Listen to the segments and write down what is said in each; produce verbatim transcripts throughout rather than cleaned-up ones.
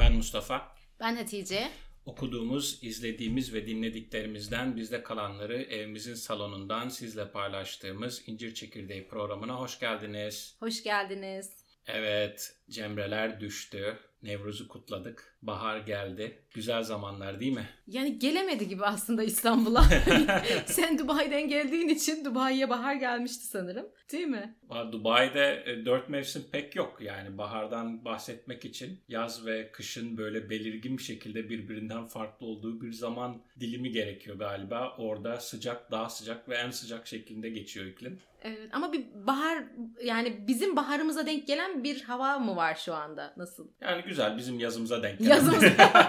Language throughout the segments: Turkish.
Ben Mustafa. Ben Hatice. Okuduğumuz, izlediğimiz ve dinlediklerimizden bizde kalanları evimizin salonundan sizle paylaştığımız İncir Çekirdeği programına hoş geldiniz. Hoş geldiniz. Evet, cemreler düştü. Nevruz'u kutladık. Bahar geldi. Güzel zamanlar değil mi? Yani gelemedi gibi aslında İstanbul'a. Sen Dubai'den geldiğin için Dubai'ye bahar gelmişti sanırım. Değil mi? Dubai'de dört mevsim pek yok. Yani bahardan bahsetmek için yaz ve kışın böyle belirgin bir şekilde birbirinden farklı olduğu bir zaman dilimi gerekiyor galiba. Orada sıcak, daha sıcak ve en sıcak şeklinde geçiyor iklim. Evet, ama bir bahar, yani bizim baharımıza denk gelen bir hava mı var şu anda? Nasıl? Yani güzel, bizim yazımıza denk gelen. Yazımıza.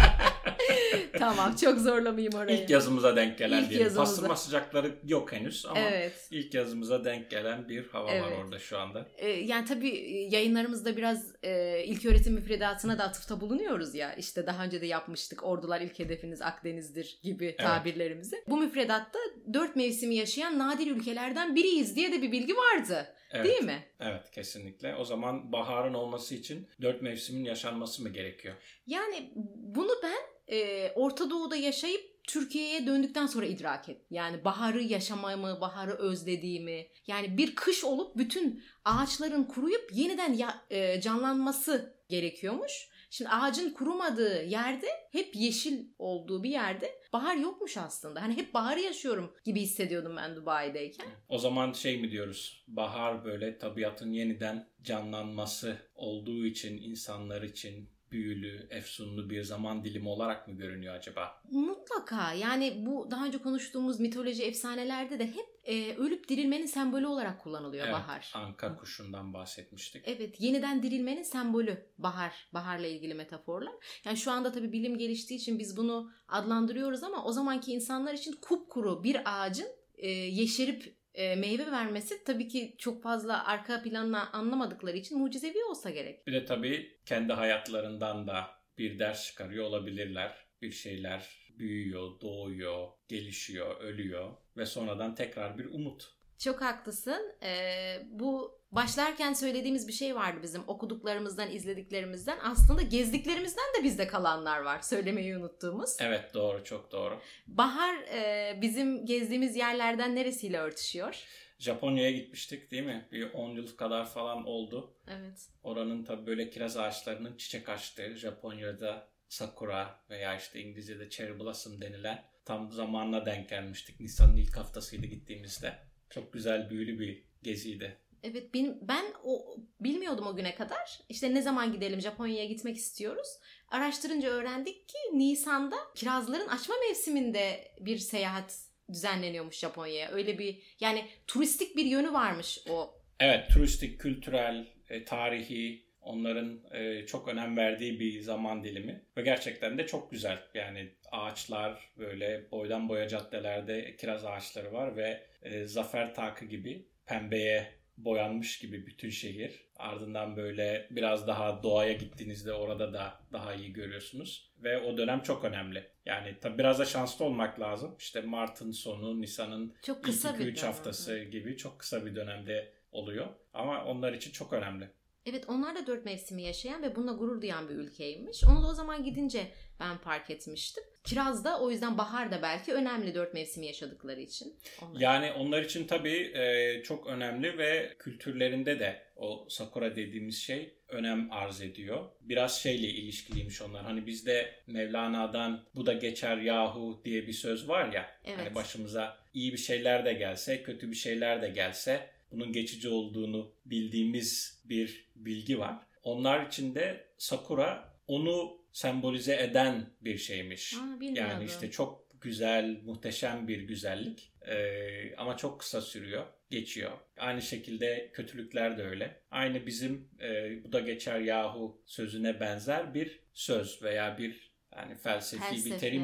Tamam, çok zorlamayayım orayı. İlk yazımıza denk gelen İlk diyelim. yazımıza. Pastırma sıcakları yok henüz ama evet. ilk yazımıza denk gelen bir hava evet. var orada şu anda. Ee, yani tabii yayınlarımızda biraz e, ilköğretim müfredatına da atıfta bulunuyoruz ya. İşte daha önce de yapmıştık. Ordular ilk hedefiniz Akdeniz'dir gibi evet. tabirlerimizi. Bu müfredatta dört mevsimi yaşayan nadir ülkelerden biriyiz diye de bir bilgi vardı. Evet, değil mi? Evet, kesinlikle. O zaman baharın olması için dört mevsimin yaşanması mı gerekiyor? Yani bunu ben e, Orta Doğu'da yaşayıp Türkiye'ye döndükten sonra idrak ettim. Yani baharı yaşamamı, baharı özlediğimi. Yani bir kış olup bütün ağaçların kuruyup yeniden ya, e, canlanması gerekiyormuş. Şimdi ağacın kurumadığı yerde, hep yeşil olduğu bir yerde bahar yokmuş aslında. Hani hep baharı yaşıyorum gibi hissediyordum ben Dubai'deyken. O zaman şey mi diyoruz? Bahar böyle tabiatın yeniden canlanması olduğu için, insanlar için büyülü, efsunlu bir zaman dilimi olarak mı görünüyor acaba? Mutlaka. Yani bu daha önce konuştuğumuz mitoloji efsanelerde de hep e, ölüp dirilmenin sembolü olarak kullanılıyor evet, bahar. Anka kuşundan bahsetmiştik. Evet, yeniden dirilmenin sembolü bahar. Baharla ilgili metaforlar. Yani şu anda tabii bilim geliştiği için biz bunu adlandırıyoruz ama o zamanki insanlar için kupkuru bir ağacın e, yeşerip e, meyve vermesi tabii ki çok fazla arka planını anlamadıkları için mucizevi olsa gerek. Bir de tabii kendi hayatlarından da bir ders çıkarıyor olabilirler. Bir şeyler büyüyor, doğuyor, gelişiyor, ölüyor ve sonradan tekrar bir umut. Çok haklısın. Ee, bu başlarken söylediğimiz bir şey vardı bizim okuduklarımızdan, izlediklerimizden. Aslında gezdiklerimizden de bizde kalanlar var. Söylemeyi unuttuğumuz. Evet, doğru, çok doğru. Bahar e, bizim gezdiğimiz yerlerden neresiyle örtüşüyor? Japonya'ya gitmiştik değil mi? Bir on yıl kadar falan oldu. Evet. Oranın tabii böyle kiraz ağaçlarının çiçek açtığı, Japonya'da sakura veya işte İngilizce'de cherry blossom denilen tam zamanına denk gelmiştik. Nisan'ın ilk haftasıydı gittiğimizde. Çok güzel, büyülü bir geziydi. Evet, benim ben o bilmiyordum o güne kadar. İşte ne zaman gidelim, Japonya'ya gitmek istiyoruz. Araştırınca öğrendik ki Nisan'da kirazların açma mevsiminde bir seyahat düzenleniyormuş Japonya'ya. Öyle bir, yani turistik bir yönü varmış o. Evet, turistik, kültürel, e, tarihi, onların e, çok önem verdiği bir zaman dilimi ve gerçekten de çok güzel. Yani ağaçlar, böyle boydan boya caddelerde kiraz ağaçları var ve e, zafer takı gibi pembeye boyanmış gibi bütün şehir. Ardından böyle biraz daha doğaya gittiğinizde orada da daha iyi görüyorsunuz. Ve o dönem çok önemli. Yani tabii biraz da şanslı olmak lazım. İşte Mart'ın sonu, Nisan'ın ilk iki üç haftası gibi çok kısa bir dönemde oluyor. Ama onlar için çok önemli. Evet, onlar da dört mevsimi yaşayan ve bununla gurur duyan bir ülkeymiş. Onu da o zaman gidince ben fark etmiştim. Kiraz da o yüzden bahar da belki önemli dört mevsimi yaşadıkları için. Onlar. Yani onlar için tabii e, çok önemli ve kültürlerinde de o sakura dediğimiz şey önem arz ediyor. Biraz şeyle ilişkiliymiş onlar. Hani bizde Mevlana'dan bu da geçer yahu diye bir söz var ya. Evet. Hani başımıza iyi bir şeyler de gelse, kötü bir şeyler de gelse bunun geçici olduğunu bildiğimiz bir bilgi var. Onlar için de sakura onu sembolize eden bir şeymiş. Aa, yani işte çok güzel, muhteşem bir güzellik ee, ama çok kısa sürüyor, geçiyor. Aynı şekilde kötülükler de öyle. Aynı bizim e, bu da geçer yahu sözüne benzer bir söz veya bir yani felsefi, felsefi bir terim mi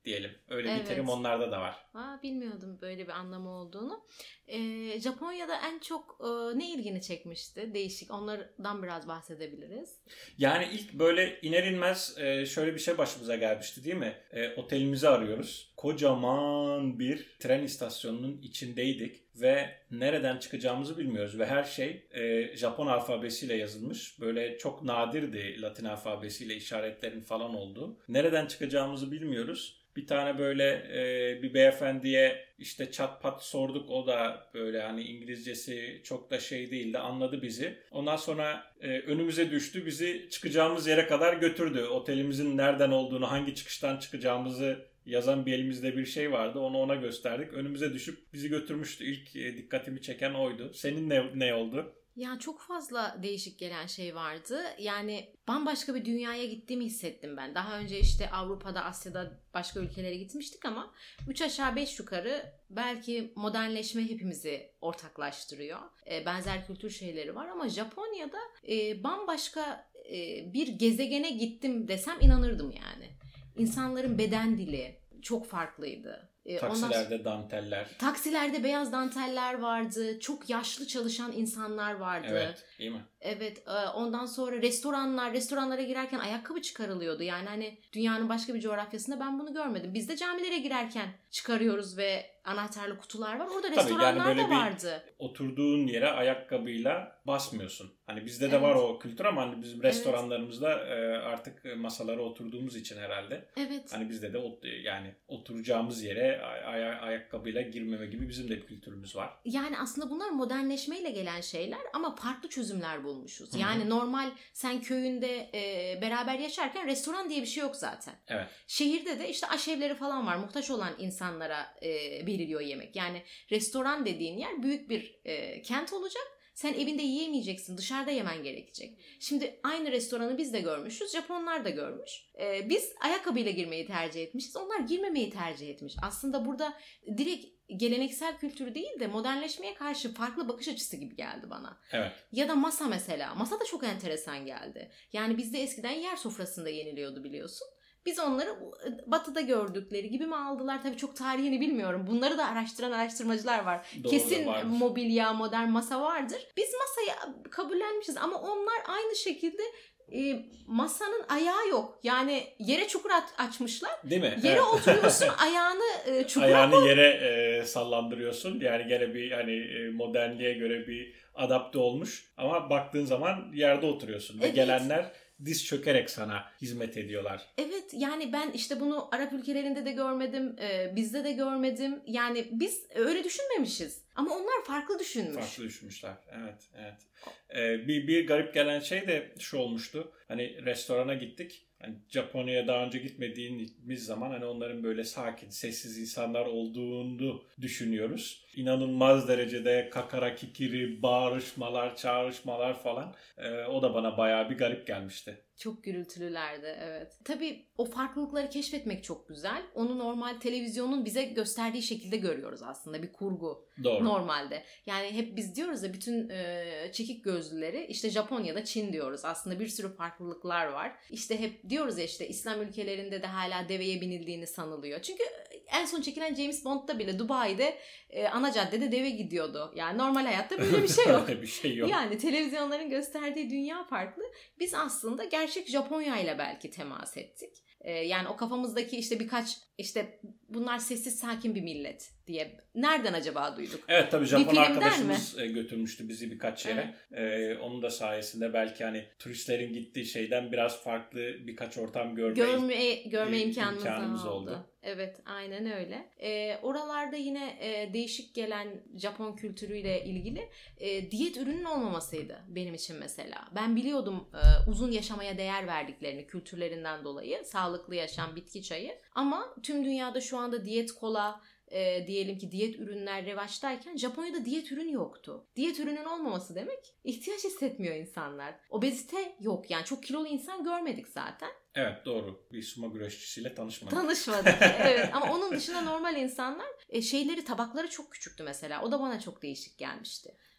diyelim. Öyle Evet. bir terim onlarda da var. Aa, bilmiyordum böyle bir anlamı olduğunu. Ee, Japonya'da en çok e, ne ilgini çekmişti? Değişik. Onlardan biraz bahsedebiliriz. Yani ilk böyle iner inmez e, şöyle bir şey başımıza gelmişti değil mi? E, otelimizi arıyoruz. Kocaman bir tren istasyonunun içindeydik ve nereden çıkacağımızı bilmiyoruz ve her şey e, Japon alfabesiyle yazılmış. Böyle çok nadirdi Latin alfabesiyle işaretlerin falan olduğu. Nereden çıkacağımızı bilmiyoruz. Bir tane böyle e, bir beyefendiye işte çat pat sorduk. O da böyle hani İngilizcesi çok da şey değildi. Anladı bizi. Ondan sonra e, önümüze düştü. Bizi çıkacağımız yere kadar götürdü. Otelimizin nereden olduğunu, hangi çıkıştan çıkacağımızı yazan bir elimizde bir şey vardı. Onu ona gösterdik. Önümüze düşüp bizi götürmüştü. İlk e, dikkatimi çeken oydu. Senin ne, ne oldu? Ya çok fazla değişik gelen şey vardı. Yani bambaşka bir dünyaya gittiğimi hissettim ben. Daha önce işte Avrupa'da, Asya'da başka ülkelere gitmiştik ama üç aşağı beş yukarı belki modernleşme hepimizi ortaklaştırıyor. E, benzer kültür şeyleri var ama Japonya'da e, bambaşka e, bir gezegene gittim desem inanırdım yani. İnsanların beden dili çok farklıydı. Taksilerde Ondan, danteller. Taksilerde beyaz danteller vardı. Çok yaşlı çalışan insanlar vardı. Evet, değil mi? Evet, ondan sonra restoranlar, restoranlara girerken ayakkabı çıkarılıyordu. Yani hani dünyanın başka bir coğrafyasında ben bunu görmedim. Biz de camilere girerken çıkarıyoruz ve anahtarlı kutular var. Orada Tabii, restoranlar yani da vardı. Oturduğun yere ayakkabıyla basmıyorsun. Hani bizde de evet. var o kültür ama hani bizim restoranlarımızda evet. artık masalara oturduğumuz için herhalde. Evet. Hani bizde de yani oturacağımız yere ay- ayakkabıyla girmeme gibi bizim de bir kültürümüz var. Yani aslında bunlar modernleşmeyle gelen şeyler ama farklı çözümler bulmuşuz. Hı-hı. Yani normal sen köyünde e, beraber yaşarken restoran diye bir şey yok zaten. Evet. Şehirde de işte aşevleri falan var. Muhtaç olan insanlara e, veriliyor yemek. Yani restoran dediğin yer büyük bir e, kent olacak. Sen evinde yiyemeyeceksin. Dışarıda yemen gerekecek. Şimdi aynı restoranı biz de görmüşüz. Japonlar da görmüş. Ee, biz ayakkabıyla girmeyi tercih etmişiz. Onlar girmemeyi tercih etmiş. Aslında burada direkt geleneksel kültürü değil de modernleşmeye karşı farklı bakış açısı gibi geldi bana. Evet. Ya da masa mesela. Masa da çok enteresan geldi. Yani bizde eskiden yer sofrasında yeniliyordu biliyorsun. Biz onları batıda gördükleri gibi mi aldılar? Tabii çok tarihini bilmiyorum. Bunları da araştıran araştırmacılar var. Doğru, Kesin vardır. Mobilya, modern masa vardır. Biz masayı kabullenmişiz ama onlar aynı şekilde e, masanın ayağı yok. Yani yere çukur at, açmışlar. Değil mi? Yere evet. oturuyorsun, ayağını e, çukura Ayağını koy. yere e, sallandırıyorsun. Yani gene bir hani e, modernliğe göre bir adapte olmuş. Ama baktığın zaman yerde oturuyorsun. Ve evet. gelenler diz çökerek sana hizmet ediyorlar. Evet, yani ben işte bunu Arap ülkelerinde de görmedim, e, bizde de görmedim. Yani biz öyle düşünmemişiz. Ama onlar farklı düşünmüş. Farklı düşünmüşler. Evet, evet. Ee, bir, bir garip gelen şey de şu olmuştu. Hani restorana gittik. Yani Japonya'ya daha önce gitmediğimiz zaman hani onların böyle sakin, sessiz insanlar olduğunu düşünüyoruz. İnanılmaz derecede kakara kikiri, bağırışmalar, çağrışmalar falan. Ee, o da bana bayağı bir garip gelmişti. Çok gürültülülerdi, evet. Tabii o farklılıkları keşfetmek çok güzel. Onu normal televizyonun bize gösterdiği şekilde görüyoruz aslında. Bir kurgu. Doğru. Normalde. Yani hep biz diyoruz ya bütün e, çekik gözlüleri işte Japonya'da Çin diyoruz. Aslında bir sürü farklılıklar var. İşte hep diyoruz ya işte İslam ülkelerinde de hala deveye binildiğini sanılıyor. Çünkü en son çekilen James Bond'da bile Dubai'de e, ana caddede deve gidiyordu. Yani normal hayatta böyle bir şey yok. bir şey yok. Yani televizyonların gösterdiği dünya farklı. Biz aslında gerçek Japonya ile belki temas ettik. Ee, yani o kafamızdaki işte birkaç işte bunlar sessiz sakin bir millet diye nereden acaba duyduk? Evet tabii Japon arkadaşımız mi? götürmüştü bizi birkaç yere. Evet. Ee, onun da sayesinde belki hani turistlerin gittiği şeyden biraz farklı birkaç ortam görme, görme, görme imkanımız, imkanımız oldu. oldu. Evet aynen öyle. Ee, oralarda yine e, değişik gelen Japon kültürüyle ilgili e, diyet ürünün olmamasıydı benim için mesela. Ben biliyordum e, uzun yaşamaya değer verdiklerini kültürlerinden dolayı. Sağlıklı yaşam, bitki çayı. Ama tüm dünyada şu anda diyet kola, e, diyelim ki diyet ürünler revaçtayken Japonya'da diyet ürün yoktu. Diyet ürünün olmaması demek ihtiyaç hissetmiyor insanlar. Obezite yok yani çok kilolu insan görmedik zaten. Evet doğru. Bir sumo güreşçisiyle tanışmadık. Tanışmadık. Evet ama onun dışında normal insanlar e, şeyleri tabakları çok küçüktü mesela. O da bana çok değişik gelmişti.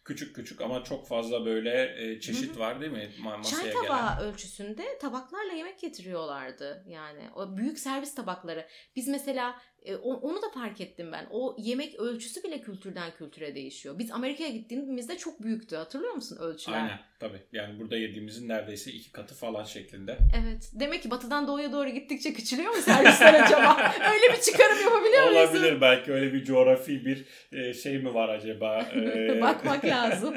küçük küçük ama çok fazla böyle e, çeşit Hı-hı. var değil mi? Masaya Çay tabağı gelen. Ölçüsünde tabaklarla yemek getiriyorlardı. Yani o büyük servis tabakları. Biz mesela e, onu da fark ettim ben. O yemek ölçüsü bile kültürden kültüre değişiyor. Biz Amerika'ya gittiğimizde çok büyüktü. Hatırlıyor musun ölçüler? Aynen tabii. Yani burada yediğimizin neredeyse iki katı falan şeklinde. Evet. Demek ki batıdan doğuya doğru gittikçe küçülüyor mu servisler acaba? Öyle bir çıkarım yapabiliyor muyuz? Olabilir. Belki öyle bir coğrafi bir e, şey mi var acaba? E... Bakmak lazım.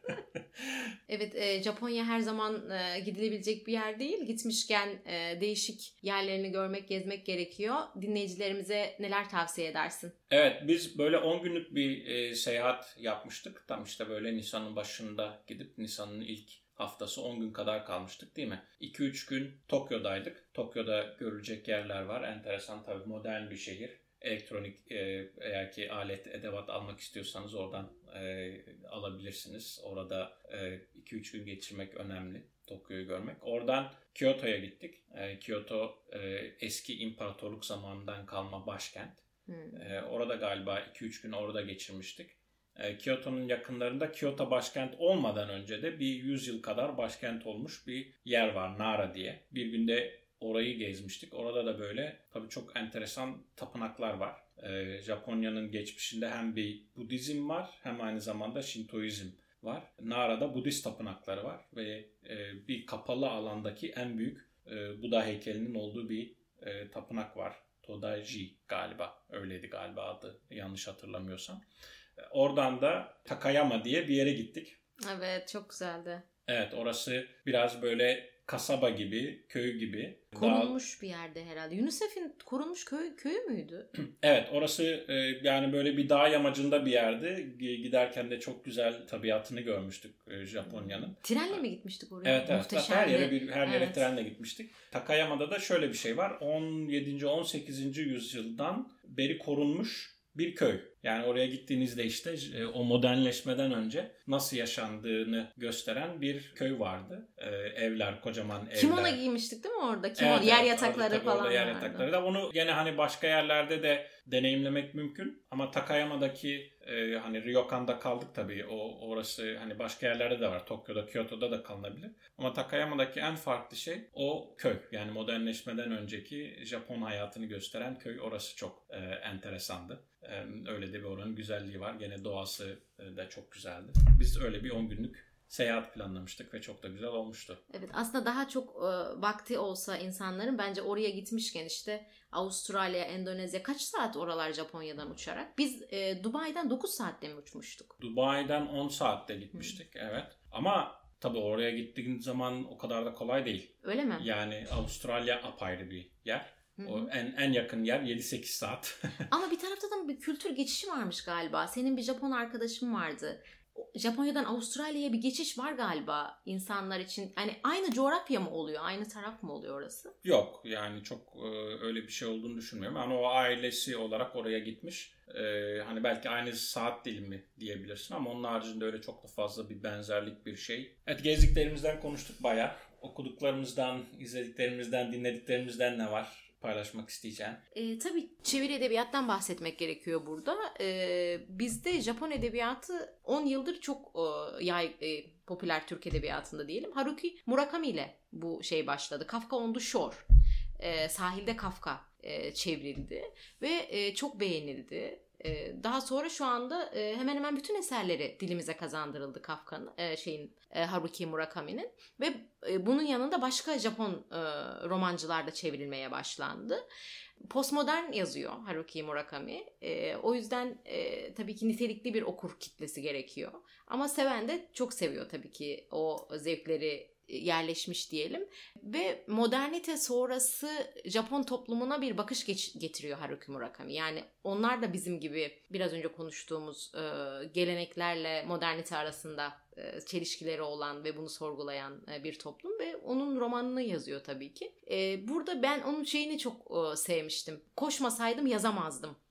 Evet, e, Japonya her zaman e, gidilebilecek bir yer değil. Gitmişken e, değişik yerlerini görmek, gezmek gerekiyor. Dinleyicilerimize neler tavsiye edersin? Evet, biz böyle on günlük bir e, seyahat yapmıştık. Tam işte böyle Nisan'ın başında gidip Nisan'ın ilk haftası on gün kadar kalmıştık değil mi? iki üç gün Tokyo'daydık. Tokyo'da görülecek yerler var. Enteresan tabii, modern bir şehir. Elektronik e, eğer ki alet, edevat almak istiyorsanız oradan e, alabilirsiniz. Orada iki üç gün geçirmek önemli. Tokyo'yu görmek. Oradan Kyoto'ya gittik. E, Kyoto e, eski imparatorluk zamanından kalma başkent. Hmm. E, orada galiba iki üç gün orada geçirmiştik. E, Kyoto'nun yakınlarında Kyoto başkent olmadan önce de bir yüz yıl kadar başkent olmuş bir yer var, Nara diye. Bir günde orayı gezmiştik. Orada da böyle tabii çok enteresan tapınaklar var. Ee, Japonya'nın geçmişinde hem bir Budizm var hem aynı zamanda Şintoizm var. Nara'da Budist tapınakları var ve e, bir kapalı alandaki en büyük e, Buda heykelinin olduğu bir e, tapınak var. Todaiji galiba. Öyleydi galiba adı, yanlış hatırlamıyorsam. E, oradan da Takayama diye bir yere gittik. Evet, çok güzeldi. Evet, orası biraz böyle kasaba gibi, köy gibi. Korunmuş Dağ... bir yerde herhalde. UNICEF'in korunmuş köy, köyü müydü? Evet, orası e, yani böyle bir dağ yamacında bir yerde. Giderken de çok güzel tabiatını görmüştük e, Japonya'nın. Trenle mi gitmiştik oraya? Evet, evet. Muhteşemdi. Her yere bir her yere evet. trenle gitmiştik. Takayama'da da şöyle bir şey var. on yedinci on sekizinci yüzyıldan beri korunmuş bir köy. Yani oraya gittiğinizde işte o modernleşmeden önce nasıl yaşandığını gösteren bir köy vardı. Ee, evler, kocaman evler. Kimono giymiştik değil mi orada? Kimono, evet, yer evet, yatakları orada, falan orada yer vardı. yatakları da. Onu gene hani başka yerlerde de deneyimlemek mümkün. Ama Takayama'daki e, hani Ryokan'da kaldık tabii. O orası hani başka yerlerde de var. Tokyo'da, Kyoto'da da kalınabilir. Ama Takayama'daki en farklı şey o köy. Yani modernleşmeden önceki Japon hayatını gösteren köy. Orası çok e, enteresandı. E, öyle de bir oranın güzelliği var. Gene doğası e, da çok güzeldi. Biz öyle bir on günlük seyahat planlamıştık ve çok da güzel olmuştu. Evet, aslında daha çok e, vakti olsa insanların bence oraya gitmişken işte Avustralya, Endonezya, kaç saat oralar Japonya'dan uçarak? Biz e, Dubai'den dokuz saatte mi uçmuştuk? Dubai'den on saatte gitmiştik. Hı. Evet. Ama tabii oraya gittiğin zaman o kadar da kolay değil. Öyle mi? Yani Avustralya apayrı bir yer. O en en yakın yer yedi sekiz saat. Ama bir tarafta da bir kültür geçişi varmış galiba. Senin bir Japon arkadaşın vardı. Japonya'dan Avustralya'ya bir geçiş var galiba insanlar için. Yani aynı coğrafya mı oluyor? Aynı taraf mı oluyor orası? Yok, yani çok e, öyle bir şey olduğunu düşünmüyorum. Yani o ailesi olarak oraya gitmiş. E, hani belki aynı saat dilimi diyebilirsin ama onun haricinde öyle çok da fazla bir benzerlik bir şey. Evet, gezdiklerimizden konuştuk bayağı. Okuduklarımızdan, izlediklerimizden, dinlediklerimizden ne var paylaşmak isteyeceğim? E, tabii çeviri edebiyattan bahsetmek gerekiyor burada. E, bizde Japon edebiyatı on yıldır çok e, yay, e, popüler Türk edebiyatında diyelim. Haruki Murakami ile bu şey başladı. Kafka on the Shore. E, sahilde Kafka e, çevrildi ve e, çok beğenildi. Daha sonra şu anda hemen hemen bütün eserleri dilimize kazandırıldı Kafka'nın, şeyin Haruki Murakami'nin ve bunun yanında başka Japon romancılar da çevrilmeye başlandı. Postmodern yazıyor Haruki Murakami. O yüzden tabii ki nitelikli bir okur kitlesi gerekiyor. Ama seven de çok seviyor tabii ki, o zevkleri yerleşmiş diyelim. Ve modernite sonrası Japon toplumuna bir bakış geç- getiriyor Haruki Murakami. Yani onlar da bizim gibi biraz önce konuştuğumuz e, geleneklerle modernite arasında e, çelişkileri olan ve bunu sorgulayan e, bir toplum ve onun romanını yazıyor tabii ki. E, burada ben onun şeyini çok e, sevmiştim. Koşmasaydım yazamazdım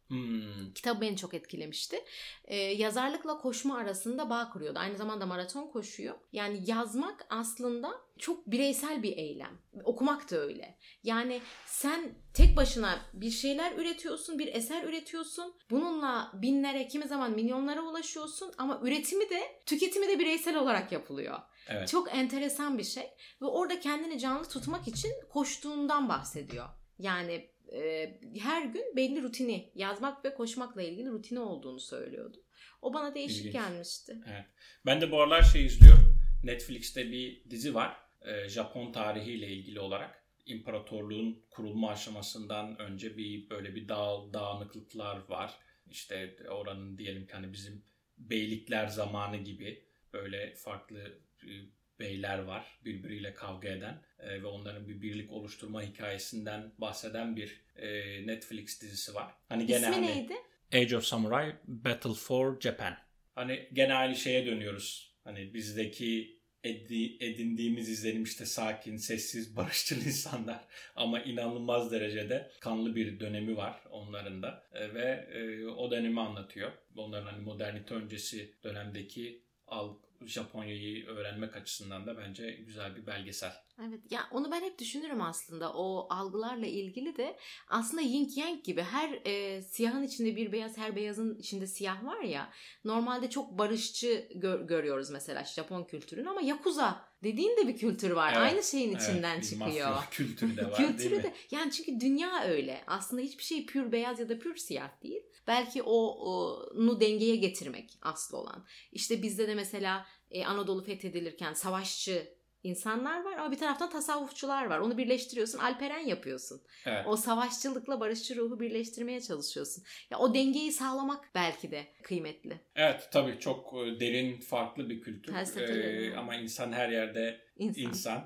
Hmm. Kitap beni çok etkilemişti. Ee, yazarlıkla koşma arasında bağ kuruyordu. Aynı zamanda maraton koşuyor. Yani yazmak aslında çok bireysel bir eylem. Okumak da öyle. Yani sen tek başına bir şeyler üretiyorsun, bir eser üretiyorsun. Bununla binlere, kimi zaman milyonlara ulaşıyorsun ama üretimi de, tüketimi de bireysel olarak yapılıyor. Evet. Çok enteresan bir şey ve orada kendini canlı tutmak için koştuğundan bahsediyor. Yani e, her gün belli rutini, yazmak ve koşmakla ilgili rutini olduğunu söylüyordu. O bana değişik İlginç. gelmişti. Evet. Ben de bu aralar şey izliyorum. Netflix'te bir dizi var. E, Japon tarihiyle ilgili olarak. İmparatorluğun kurulma aşamasından önce bir böyle bir dağ, dağınıklıklar var. İşte oranın diyelim ki hani bizim beylikler zamanı gibi böyle farklı beyler var birbiriyle kavga eden e, ve onların bir birlik oluşturma hikayesinden bahseden bir e, Netflix dizisi var. Hani gene İsmi hani, neydi? Age of Samurai Battle for Japan. Hani gene aynı şeye dönüyoruz. Hani bizdeki edi, edindiğimiz izlenim işte sakin, sessiz, barışçıl insanlar ama inanılmaz derecede kanlı bir dönemi var onların da e, ve e, o dönemi anlatıyor. Onların hani modernite öncesi dönemdeki al Japonya'yı öğrenmek açısından da bence güzel bir belgesel. Evet ya, onu ben hep düşünürüm aslında, o algılarla ilgili de aslında yin yang gibi her e, siyahın içinde bir beyaz, her beyazın içinde siyah var ya, normalde çok barışçı gör, görüyoruz mesela Japon kültürünü ama yakuza dediğin de bir kültür var. Evet, aynı şeyin içinden evet, çıkıyor. Mafya kültürü de var kültürü değil mi? De, yani çünkü dünya öyle. Aslında hiçbir şey pür beyaz ya da pür siyah değil. Belki o onu dengeye getirmek asıl olan. İşte bizde de mesela e, Anadolu fethedilirken savaşçı İnsanlar var ama bir taraftan tasavvufçular var. Onu birleştiriyorsun, alperen yapıyorsun. Evet. O savaşçılıkla barışçı ruhu birleştirmeye çalışıyorsun. Ya o dengeyi sağlamak belki de kıymetli. Evet, tabii çok derin, farklı bir kültür. Ee, ama insan her yerde insan. insan.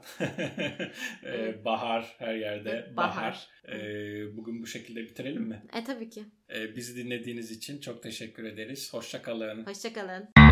Evet. Bahar her yerde evet, bahar. bahar. Evet. Bugün bu şekilde bitirelim mi? E tabii ki. Bizi dinlediğiniz için çok teşekkür ederiz. Hoşça kalın. Hoşça kalın.